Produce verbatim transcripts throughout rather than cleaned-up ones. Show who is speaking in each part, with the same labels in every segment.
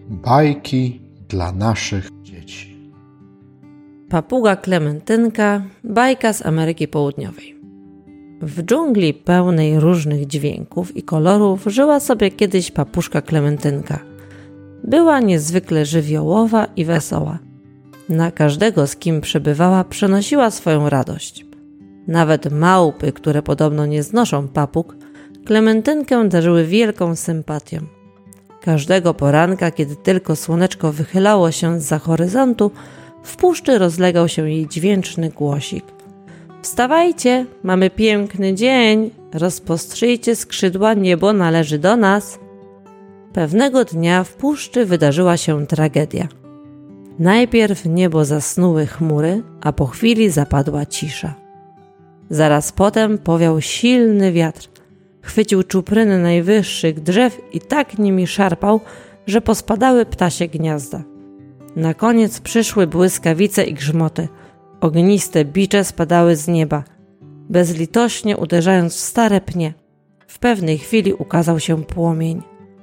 Speaker 1: Bajki dla naszych dzieci.
Speaker 2: Papuga Klementynka, bajka z Ameryki Południowej. W dżungli pełnej różnych dźwięków i kolorów żyła sobie kiedyś papuszka Klementynka. Była niezwykle żywiołowa i wesoła. Na każdego, z kim przebywała, przenosiła swoją radość. Nawet małpy, które podobno nie znoszą papug, Klementynkę darzyły wielką sympatią. Każdego poranka, kiedy tylko słoneczko wychylało się zza horyzontu, w puszczy rozlegał się jej dźwięczny głosik. Wstawajcie, mamy piękny dzień, rozpostrzyjcie skrzydła, niebo należy do nas. Pewnego dnia w puszczy wydarzyła się tragedia. Najpierw niebo zasnuły chmury, a po chwili zapadła cisza. Zaraz potem powiał silny wiatr. Chwycił czupryny najwyższych drzew i tak nimi szarpał, że pospadały ptasie gniazda. Na koniec przyszły błyskawice i grzmoty. Ogniste bicze spadały z nieba, bezlitośnie uderzając w stare pnie. W pewnej chwili ukazał się płomień.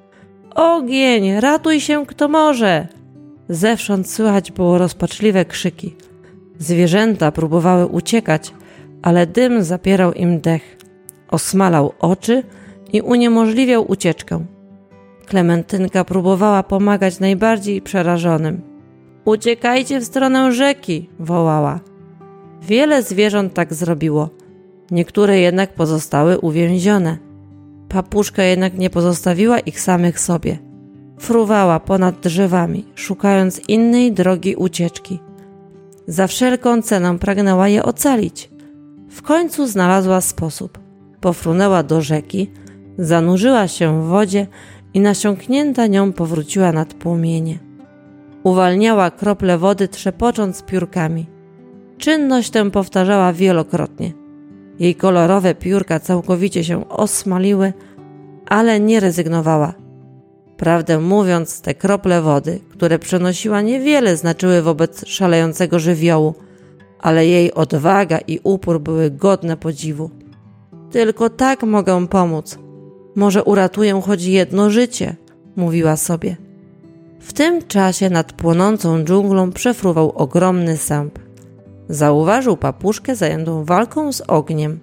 Speaker 2: Ogień, ratuj się kto może! Zewsząd słychać było rozpaczliwe krzyki. Zwierzęta próbowały uciekać, ale dym zapierał im dech. Osmalał oczy i uniemożliwiał ucieczkę. Klementynka próbowała pomagać najbardziej przerażonym. Uciekajcie w stronę rzeki, wołała. Wiele zwierząt tak zrobiło. Niektóre jednak pozostały uwięzione. Papuszka jednak nie pozostawiła ich samych sobie. Fruwała ponad drzewami, szukając innej drogi ucieczki. Za wszelką cenę pragnęła je ocalić. W końcu znalazła sposób. Pofrunęła do rzeki, zanurzyła się w wodzie i nasiąknięta nią powróciła nad płomienie. Uwalniała krople wody, trzepocząc piórkami. Czynność tę powtarzała wielokrotnie. Jej kolorowe piórka całkowicie się osmaliły, ale nie rezygnowała. Prawdę mówiąc, te krople wody, które przenosiła, niewiele znaczyły wobec szalejącego żywiołu, ale jej odwaga i upór były godne podziwu. Tylko tak mogę pomóc. Może uratuję choć jedno życie, mówiła sobie. W tym czasie nad płonącą dżunglą przefruwał ogromny sęp. Zauważył papuszkę zajętą walką z ogniem.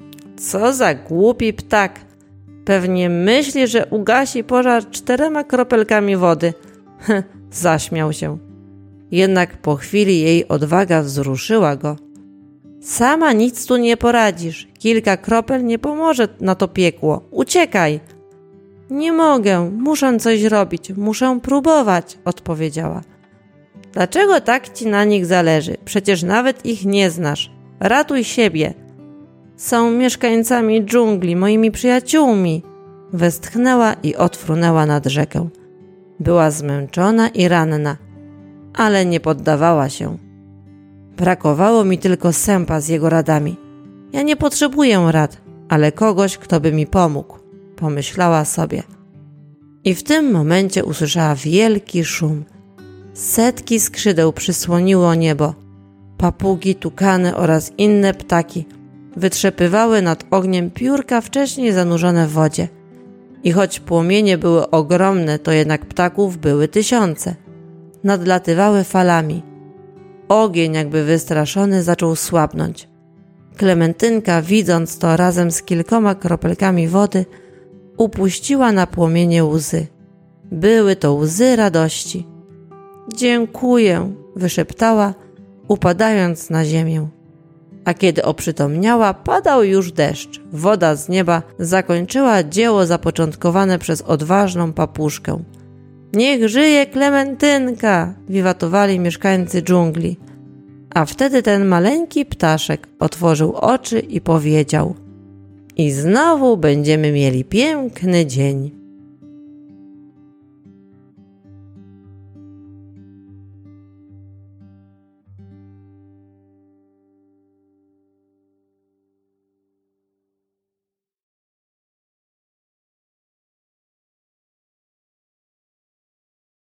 Speaker 2: Co za głupi ptak! Pewnie myśli, że ugasi pożar czterema kropelkami wody. Heh, zaśmiał się. Jednak po chwili jej odwaga wzruszyła go. Sama nic tu nie poradzisz. Kilka kropel nie pomoże na to piekło. Uciekaj! Nie mogę, muszę coś robić, muszę próbować, odpowiedziała. Dlaczego tak ci na nich zależy? Przecież nawet ich nie znasz. Ratuj siebie. Są mieszkańcami dżungli, moimi przyjaciółmi. Westchnęła i odfrunęła nad rzekę. Była zmęczona i ranna, ale nie poddawała się. Brakowało mi tylko sępa z jego radami. Ja nie potrzebuję rad, ale kogoś, kto by mi pomógł, pomyślała sobie. I w tym momencie usłyszała wielki szum. Setki skrzydeł przysłoniło niebo. Papugi, tukany oraz inne ptaki wytrzepywały nad ogniem piórka wcześniej zanurzone w wodzie. I choć płomienie były ogromne, to jednak ptaków były tysiące. Nadlatywały falami. Ogień, jakby wystraszony, zaczął słabnąć. Klementynka, widząc to razem z kilkoma kropelkami wody, upuściła na płomienie łzy. Były to łzy radości. Dziękuję, wyszeptała, upadając na ziemię. A kiedy oprzytomniała, padał już deszcz. Woda z nieba zakończyła dzieło zapoczątkowane przez odważną papuszkę. Niech żyje Klementynka! Wiwatowali mieszkańcy dżungli. A wtedy ten maleńki ptaszek otworzył oczy i powiedział: I znowu będziemy mieli piękny dzień.